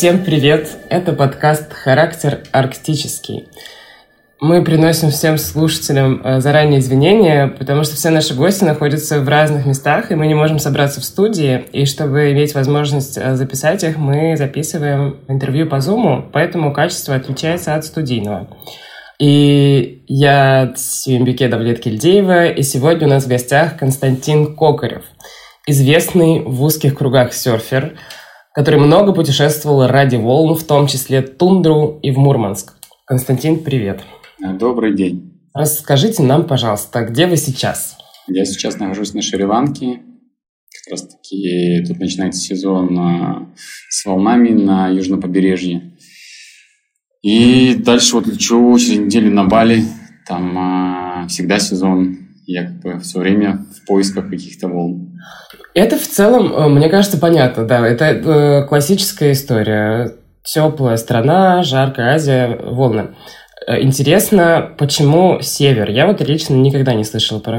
Всем привет! Это подкаст «Характер арктический». Мы приносим всем слушателям заранее извинения, потому что все наши гости находятся в разных местах, и мы не можем собраться в студии. И чтобы иметь возможность записать их, мы записываем интервью по Zoom, поэтому качество отличается от студийного. И я Сюембике Давлеткильдеева, и сегодня у нас в гостях Константин Кокарев, известный в узких кругах серфер, который много путешествовал ради волн, в том числе тундру и в Мурманск. Константин, привет. Добрый день. Расскажите нам, пожалуйста, где вы сейчас? Я сейчас нахожусь на Шри-Ланке. Как раз таки тут начинается сезон с волнами на южном побережье. И дальше вот лечу через неделю на Бали. Там всегда сезон. Я как бы все время в поисках каких-то волн. Это в целом, мне кажется, понятно, да. Это классическая история. Теплая страна, жаркая Азия, волны. Интересно, почему север? Я вот лично никогда не слышала про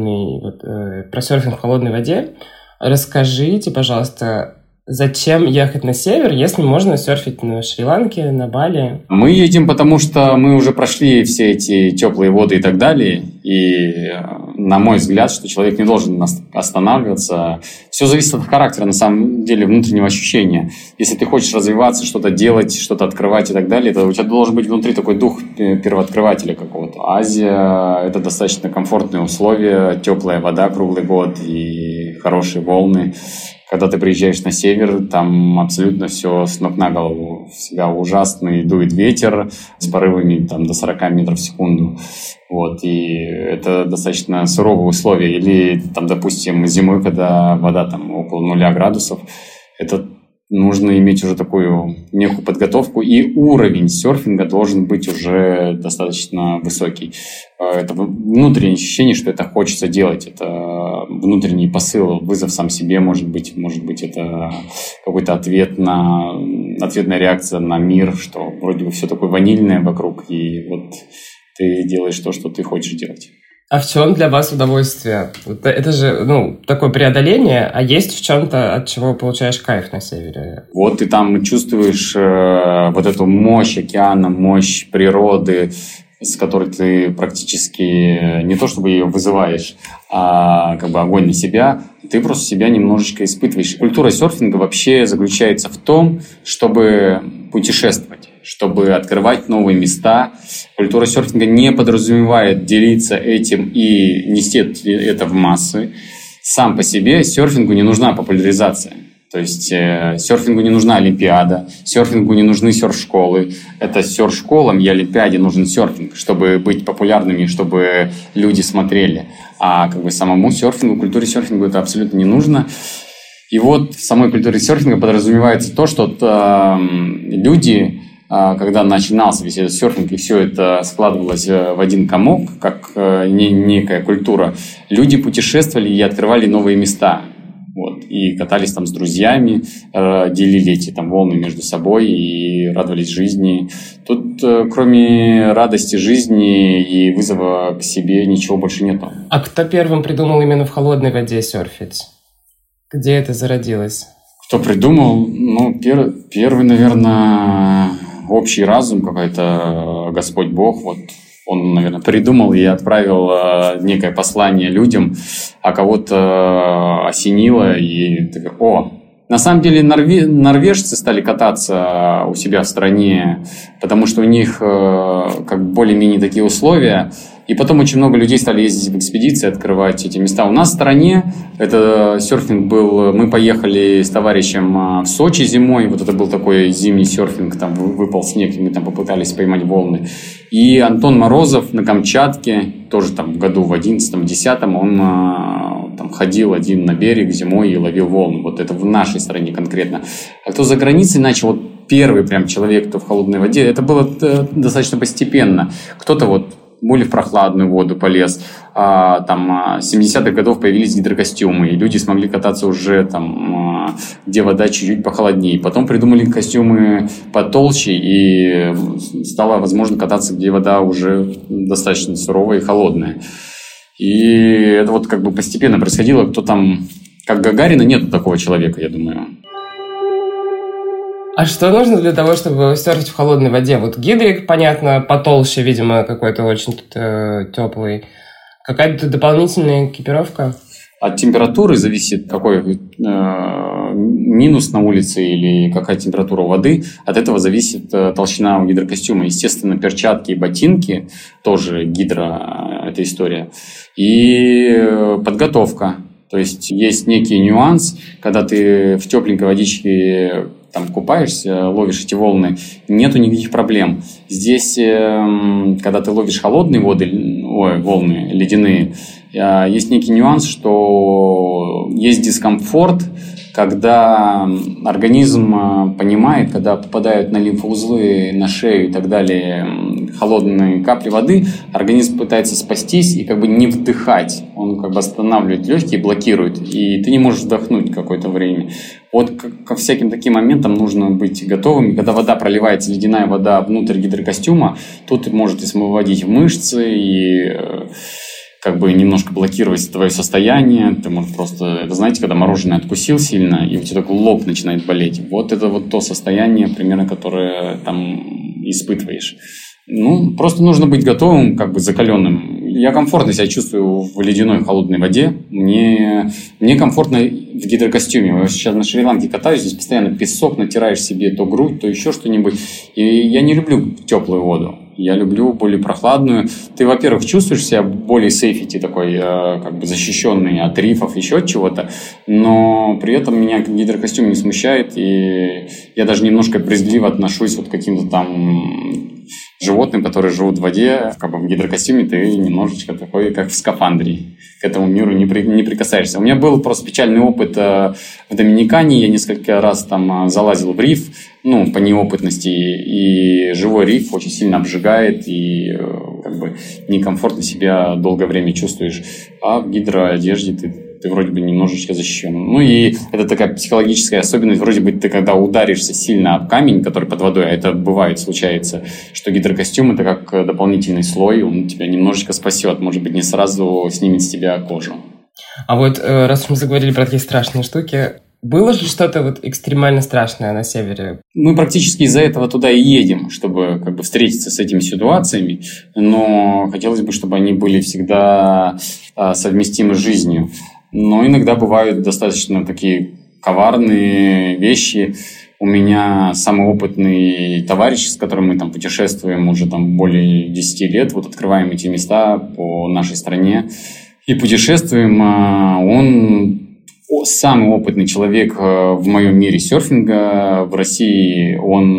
про серфинг в холодной воде. Расскажите, пожалуйста, зачем ехать на север, если можно серфить на Шри-Ланке, на Бали? Мы едем, потому что мы уже прошли все эти теплые воды и так далее. И, на мой взгляд, что человек не должен останавливаться. Все зависит от характера, на самом деле, внутреннего ощущения. Если ты хочешь развиваться, что-то делать, что-то открывать и так далее, то у тебя должен быть внутри такой дух первооткрывателя какого-то. Азия – это достаточно комфортные условия, теплая вода круглый год и хорошие волны. Когда ты приезжаешь на север, там абсолютно все с ног на голову. Всегда ужасный дует ветер с порывами там, до 40 метров в секунду. Вот, и это достаточно суровые условия. Или, там, допустим, зимой, когда вода там, около 0 градусов, это нужно иметь уже такую некую подготовку, и уровень серфинга должен быть уже достаточно высокий. Это внутреннее ощущение, что это хочется делать, это внутренний посыл, вызов сам себе, может быть это какой-то ответная реакция на мир, что вроде бы все такое ванильное вокруг, и вот ты делаешь то, что ты хочешь делать. А в чем для вас удовольствие? Это же, такое преодоление, а есть в чем-то, от чего получаешь кайф на севере? Вот ты там чувствуешь вот эту мощь океана, мощь природы, с которой ты практически не то чтобы ее вызываешь, а как бы огонь на себя, ты просто себя немножечко испытываешь. Культура серфинга вообще заключается в том, чтобы путешествовать, чтобы открывать новые места. Культура серфинга не подразумевает делиться этим и нести это в массы. Сам по себе серфингу не нужна популяризация. То есть серфингу не нужна олимпиада, серфингу не нужны серф-школы. Это серф-школам и олимпиаде нужен серфинг, чтобы быть популярными, чтобы люди смотрели. А как бы самому серфингу, культуре серфингу это абсолютно не нужно. И вот в самой культуре серфинга подразумевается то, что люди, когда начинался весь этот серфинг и все это складывалось в один комок, как некая культура, люди путешествовали и открывали новые места. Вот, и катались там с друзьями, делили эти там волны между собой и радовались жизни. Тут кроме радости жизни и вызова к себе ничего больше нету. А кто первым придумал именно в холодной воде серфить? Где это зародилось? Кто придумал? Первый, наверное, общий разум какой-то, Господь Бог, вот. Он, наверное, придумал и отправил некое послание людям, а кого-то осенило, и ты на самом деле норвежцы стали кататься у себя в стране, потому что у них как более-менее такие условия, и потом очень много людей стали ездить в экспедиции, открывать эти места. У нас в стране это серфинг был, мы поехали с товарищем в Сочи зимой, вот это был такой зимний серфинг, там выпал снег, и мы там попытались поймать волны. И Антон Морозов на Камчатке, тоже там в году в 11-10, он там ходил один на берег зимой и ловил волны. Вот это в нашей стране конкретно. А кто за границей начал, вот первый прям человек, кто в холодной воде, это было достаточно постепенно. Кто-то вот более в прохладную воду полез. Там с 70-х годов появились гидрокостюмы, и люди смогли кататься уже там, где вода чуть-чуть похолоднее. Потом придумали костюмы потолще, и стало возможно кататься, где вода уже достаточно суровая и холодная. И это вот как бы постепенно происходило. Кто там, как Гагарина, нету такого человека, я думаю. А что нужно для того, чтобы серфить в холодной воде? Вот гидрик, понятно, потолще, видимо, какой-то очень теплый. Какая-то дополнительная экипировка? От температуры зависит, какой минус на улице или какая температура воды. От этого зависит толщина гидрокостюма. Естественно, перчатки и ботинки, тоже эта история. И подготовка. То есть есть некий нюанс, когда ты в тепленькой водичке там купаешься, ловишь эти волны, нету никаких проблем. Здесь, когда ты ловишь холодные волны, ледяные, есть некий нюанс, что есть дискомфорт, когда организм понимает, когда попадают на лимфоузлы, на шею и так далее холодные капли воды, организм пытается спастись и как бы не вдыхать. Он как бы останавливает легкие, блокирует, и ты не можешь вдохнуть какое-то время. Вот ко всяким таким моментам нужно быть готовым. Когда вода проливается, ледяная вода внутрь гидрокостюма, тут может и смыводить мышцы, и как бы немножко блокировать твое состояние. Ты можешь просто... Это знаете, когда мороженое откусил сильно, и у тебя такой лоб начинает болеть. Вот это вот то состояние, примерно, которое там испытываешь. Ну, просто нужно быть готовым, как бы закаленным. Я комфортно себя чувствую в ледяной холодной воде. Мне комфортно в гидрокостюме. Я сейчас на Шри-Ланке катаюсь, здесь постоянно песок, натираешь себе то грудь, то еще что-нибудь. И я не люблю теплую воду. Я люблю более прохладную. Ты, во-первых, чувствуешь себя более сейфити, такой как бы защищенный от рифов, еще от чего-то, но при этом меня гидрокостюм не смущает, и я даже немножко брезгливо отношусь вот к каким-то там животным, которые живут в воде, как бы в гидрокостюме ты немножечко такой, как в скафандре, к этому миру не прикасаешься. У меня был просто печальный опыт в Доминикане, я несколько раз там залазил в риф, по неопытности, и живой риф очень сильно обжигает, и как бы некомфортно себя долгое время чувствуешь. А в гидроодежде ты вроде бы немножечко защищен. Ну и это такая психологическая особенность. Вроде бы ты, когда ударишься сильно об камень, который под водой, а это бывает, случается, что гидрокостюм — это как дополнительный слой, он тебя немножечко спасет. Может быть, не сразу снимет с тебя кожу. А вот раз уж мы заговорили про такие страшные штуки, было же что-то вот экстремально страшное на севере? Мы практически из-за этого туда и едем, чтобы как бы встретиться с этими ситуациями, но хотелось бы, чтобы они были всегда совместимы с жизнью. Но иногда бывают достаточно такие коварные вещи. У меня самый опытный товарищ, с которым мы там путешествуем уже там более 10 лет, вот открываем эти места по нашей стране и путешествуем. Он самый опытный человек в моем мире серфинга. В России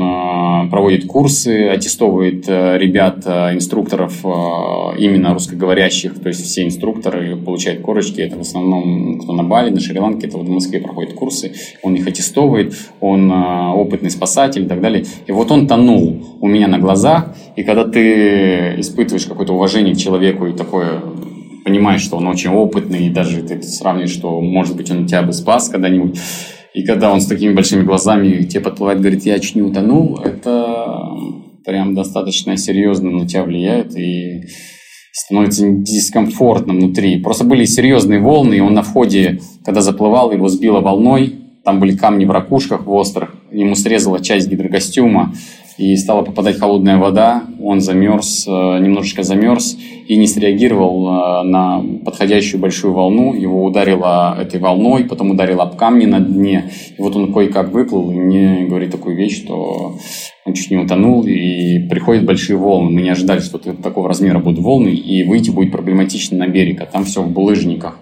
он проводит курсы, аттестовывает ребят, инструкторов, именно русскоговорящих. То есть все инструкторы получают корочки. Это в основном кто на Бали, на Шри-Ланке. Это вот в Москве проходят курсы. Он их аттестовывает. Он опытный спасатель и так далее. И вот он тонул у меня на глазах. И когда ты испытываешь какое-то уважение к человеку и такое... понимаешь, что он очень опытный, и даже ты сравниваешь, что, может быть, он тебя бы спас когда-нибудь. И когда он с такими большими глазами тебе подплывает, говорит, я чуть не утонул, это прям достаточно серьезно на тебя влияет и становится дискомфортно внутри. Просто были серьезные волны, и он на входе, когда заплывал, его сбило волной, там были камни в ракушках, в острых, ему срезала часть гидрокостюма, и стала попадать холодная вода, он замерз, немножечко замерз и не среагировал на подходящую большую волну. Его ударило этой волной, потом ударило об камни на дне. И вот он кое-как выплыл и мне говорит такую вещь, что он чуть не утонул, и приходят большие волны. Мы не ожидали, что такого размера будут волны, и выйти будет проблематично на берег, а там все в булыжниках.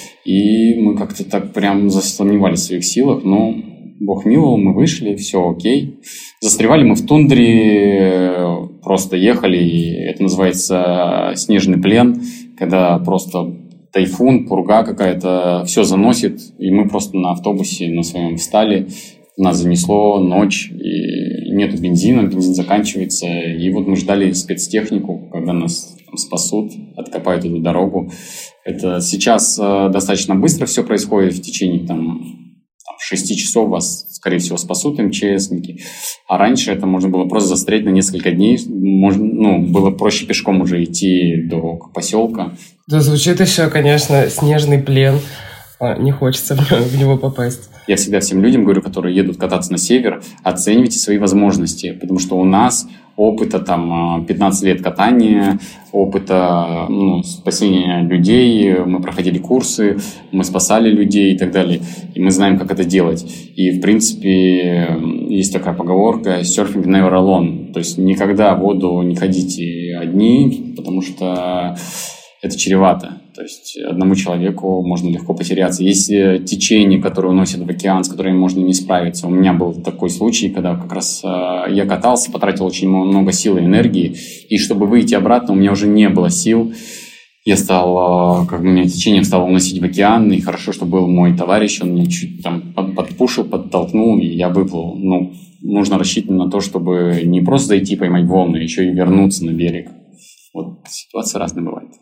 И мы как-то так прям засомневались в своих силах, но Бог миловал, мы вышли, все окей. Застревали мы в тундре, просто ехали, и это называется снежный плен, когда просто тайфун, пурга какая-то, все заносит, и мы просто на автобусе на своем встали, нас занесло, ночь, и нету бензина, бензин заканчивается, и вот мы ждали спецтехнику, когда нас там спасут, откопают эту дорогу. Это сейчас достаточно быстро все происходит, в течение там 6 часов вас, скорее всего, спасут МЧСники. А раньше это можно было просто застрять на несколько дней. Было проще пешком уже идти до поселка. Да, звучит еще, конечно, снежный плен. не хочется в него попасть. Я всегда всем людям говорю, которые едут кататься на север, оценивайте свои возможности, потому что у нас опыта 15 лет катания, опыта спасения людей, мы проходили курсы, мы спасали людей и так далее, и мы знаем, как это делать. И, в принципе, есть такая поговорка «surfing never alone», то есть никогда в воду не ходите одни, потому что это чревато. То есть одному человеку можно легко потеряться. Есть течение, которое уносит в океан, с которым можно не справиться. У меня был такой случай, когда как раз я катался, потратил очень много сил и энергии, и чтобы выйти обратно, у меня уже не было сил. Я стал, меня течение стало уносить в океан, и хорошо, что был мой товарищ, он меня чуть подпушил, подтолкнул, и я выплыл. Нужно рассчитывать на то, чтобы не просто зайти поймать волны, а еще и вернуться на берег. Вот ситуации разные бывают.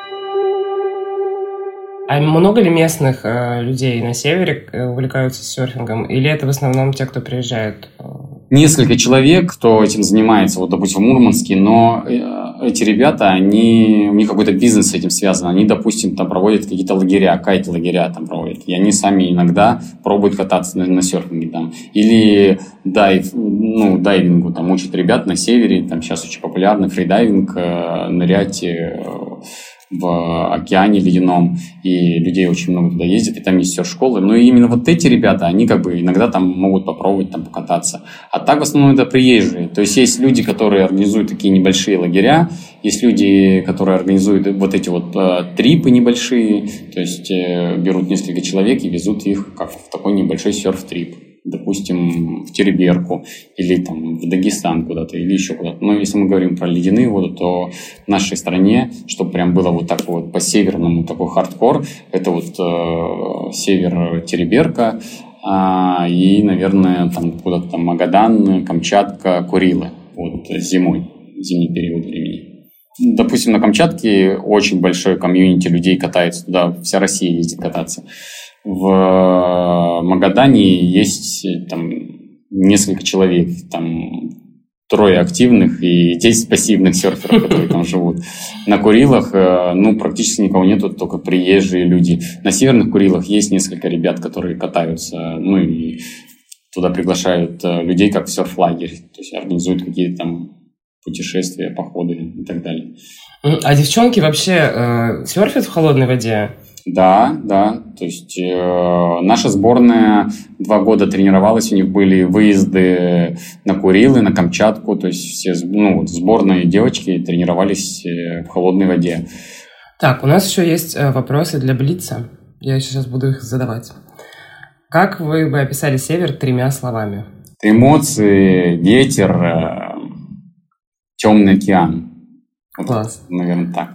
А много ли местных людей на севере увлекаются серфингом? Или это в основном те, кто приезжает? Несколько человек, кто этим занимается, допустим, в Мурманске, но эти ребята, у них какой-то бизнес с этим связан. Они, допустим, там проводят какие-то лагеря, кайт-лагеря там проводят. И они сами иногда пробуют кататься на серфинге там. Или дайвингу там учат ребят на севере. Там сейчас очень популярный фридайвинг, нырять в океане ледяном, и людей очень много туда ездит, и там есть серф-школы. Но именно вот эти ребята, они иногда там могут попробовать там покататься. А так в основном это приезжие. То есть есть люди, которые организуют такие небольшие лагеря, есть люди, которые организуют вот эти трипы небольшие, то есть берут несколько человек и везут их как в такой небольшой серф-трип. Допустим, в Тереберку или там в Дагестан куда-то, или еще куда-то. Но если мы говорим про ледяные воды, то в нашей стране, чтобы прям было вот так вот по-северному такой хардкор, это север Тереберка и, наверное, там куда-то там Магадан, Камчатка, Курилы. Зимний период времени. Допустим, на Камчатке очень большой комьюнити людей катается, туда вся Россия ездит кататься. В Магадане есть там несколько человек, там 3 активных и 10 пассивных серферов, которые там живут. На Курилах, практически никого нету, только приезжие люди. На северных Курилах есть несколько ребят, которые катаются, и туда приглашают людей как в серф-лагерь, то есть организуют какие-то там путешествия, походы и так далее. А девчонки вообще серфят в холодной воде? Да. То есть наша сборная 2 года тренировалась, у них были выезды на Курилы, на Камчатку, то есть все сборные девочки тренировались в холодной воде. Так, у нас еще есть вопросы для Блица. Я сейчас буду их задавать. Как вы бы описали север 3 словами? Эмоции, ветер, темный океан. Класс. Наверное, так.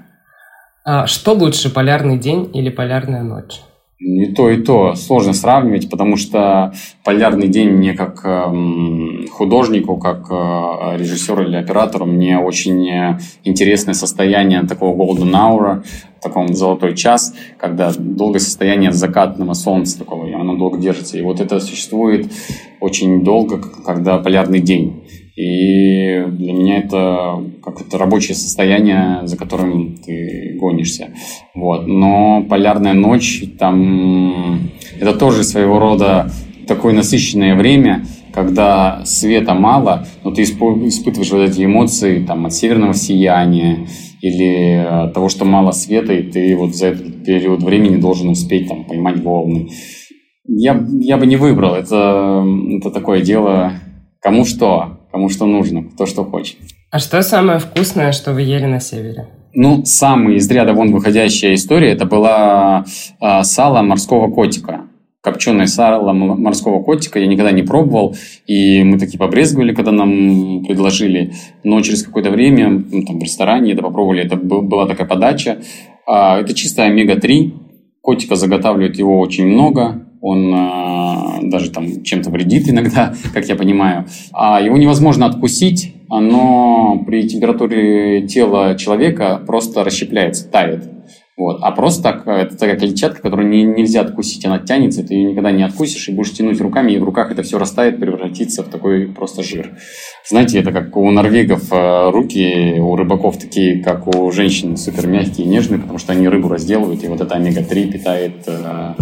Что лучше, полярный день или полярная ночь? И то. Сложно сравнивать, потому что полярный день мне как художнику, как режиссеру или оператору, мне очень интересное состояние такого golden hour, таком золотой час, когда долгое состояние закатного солнца такого, и оно долго держится. И вот это существует очень долго, когда полярный день. И для меня это как-то рабочее состояние, за которым ты гонишься. Но полярная ночь, там это тоже своего рода такое насыщенное время, когда света мало, но ты испытываешь вот эти эмоции там, от северного сияния или от того, что мало света, и ты за этот период времени должен успеть там, поймать волны. Я бы не выбрал. Это такое дело кому что нужно, кто что хочет. А что самое вкусное, что вы ели на севере? Самая из ряда вон выходящая история, это была сало морского котика. Копченое сало морского котика я никогда не пробовал, и мы такие побрезговали, когда нам предложили. Но через какое-то время в ресторане это попробовали, это была такая подача. Это чисто омега-3. Котика заготавливают его очень много. Он даже там чем-то вредит иногда, как я понимаю. Его невозможно откусить, оно при температуре тела человека просто расщепляется, тает. А просто так, это такая клетчатка, которую нельзя откусить, она тянется, ты ее никогда не откусишь, и будешь тянуть руками, и в руках это все растает, превратится в такой просто жир. Знаете, это как у норвегов руки, у рыбаков такие, как у женщин, супер мягкие и нежные, потому что они рыбу разделывают, и вот это омега-3 питает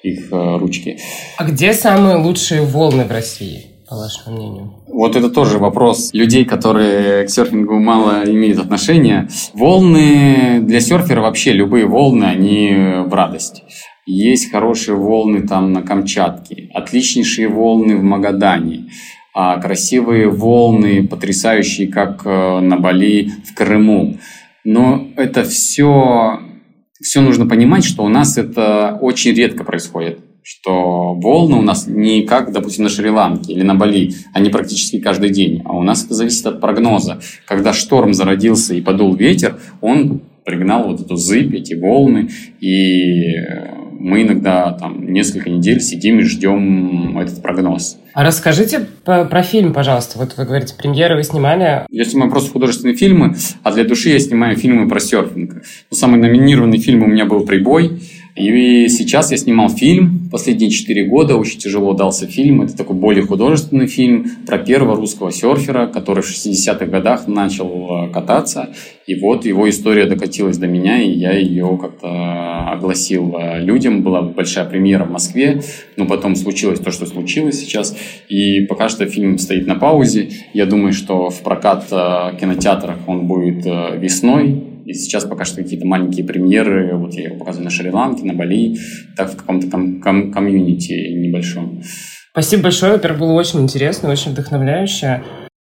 их ручки. А где самые лучшие волны в России, по вашему мнению? Вот это тоже вопрос людей, которые к серфингу мало имеют отношения. Волны для серфера вообще, любые волны, они в радость. Есть хорошие волны там на Камчатке, отличнейшие волны в Магадане, красивые волны, потрясающие, как на Бали, в Крыму. Но это все нужно понимать, что у нас это очень редко происходит. Что волны у нас не как, допустим, на Шри-Ланке или на Бали, они практически каждый день. А у нас это зависит от прогноза. Когда шторм зародился и подул ветер, он пригнал вот эту зыбь, эти волны, и мы иногда там несколько недель сидим и ждем этот прогноз. А расскажите про фильм, пожалуйста. Вот вы говорите, премьеры вы снимали. Я снимаю просто художественные фильмы, а для души я снимаю фильмы про серфинг. Самый номинированный фильм у меня был «Прибой». И сейчас я снимал фильм последние 4 года, очень тяжело дался фильм. Это такой более художественный фильм про первого русского серфера, который в 60-х годах начал кататься. И вот его история докатилась до меня, и я ее как-то огласил людям. Была большая премьера в Москве, но потом случилось то, что случилось сейчас. И пока что фильм стоит на паузе. Я думаю, что в прокат кинотеатрах он будет весной. И сейчас пока что какие-то маленькие премьеры, вот я его показываю на Шри-Ланке, на Бали, так в каком-то комьюнити небольшом. Спасибо большое, во-первых, было очень интересно, очень вдохновляюще.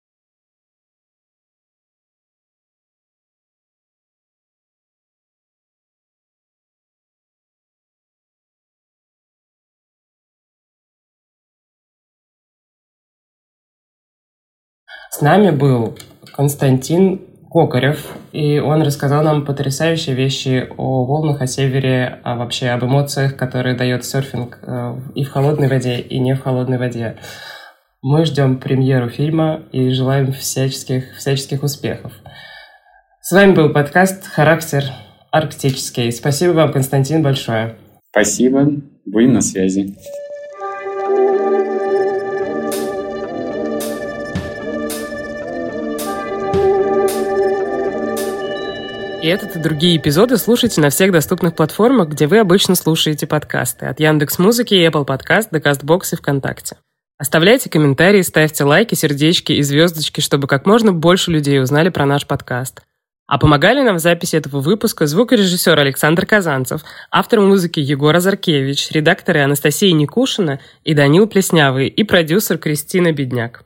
С нами был Константин Кокарев, и он рассказал нам потрясающие вещи о волнах, о севере, а вообще об эмоциях, которые дает серфинг и в холодной воде, и не в холодной воде. Мы ждем премьеру фильма и желаем всяческих успехов. С вами был подкаст «Характер арктический». Спасибо вам, Константин, большое. Спасибо, будем на связи. И этот и другие эпизоды слушайте на всех доступных платформах, где вы обычно слушаете подкасты. От Яндекс.Музыки, Apple Podcast до Castbox и ВКонтакте. Оставляйте комментарии, ставьте лайки, сердечки и звездочки, чтобы как можно больше людей узнали про наш подкаст. А помогали нам в записи этого выпуска звукорежиссер Александр Казанцев, автор музыки Егор Азаркевич, редакторы Анастасия Никушина и Данил Плеснявый и продюсер Кристина Бедняк.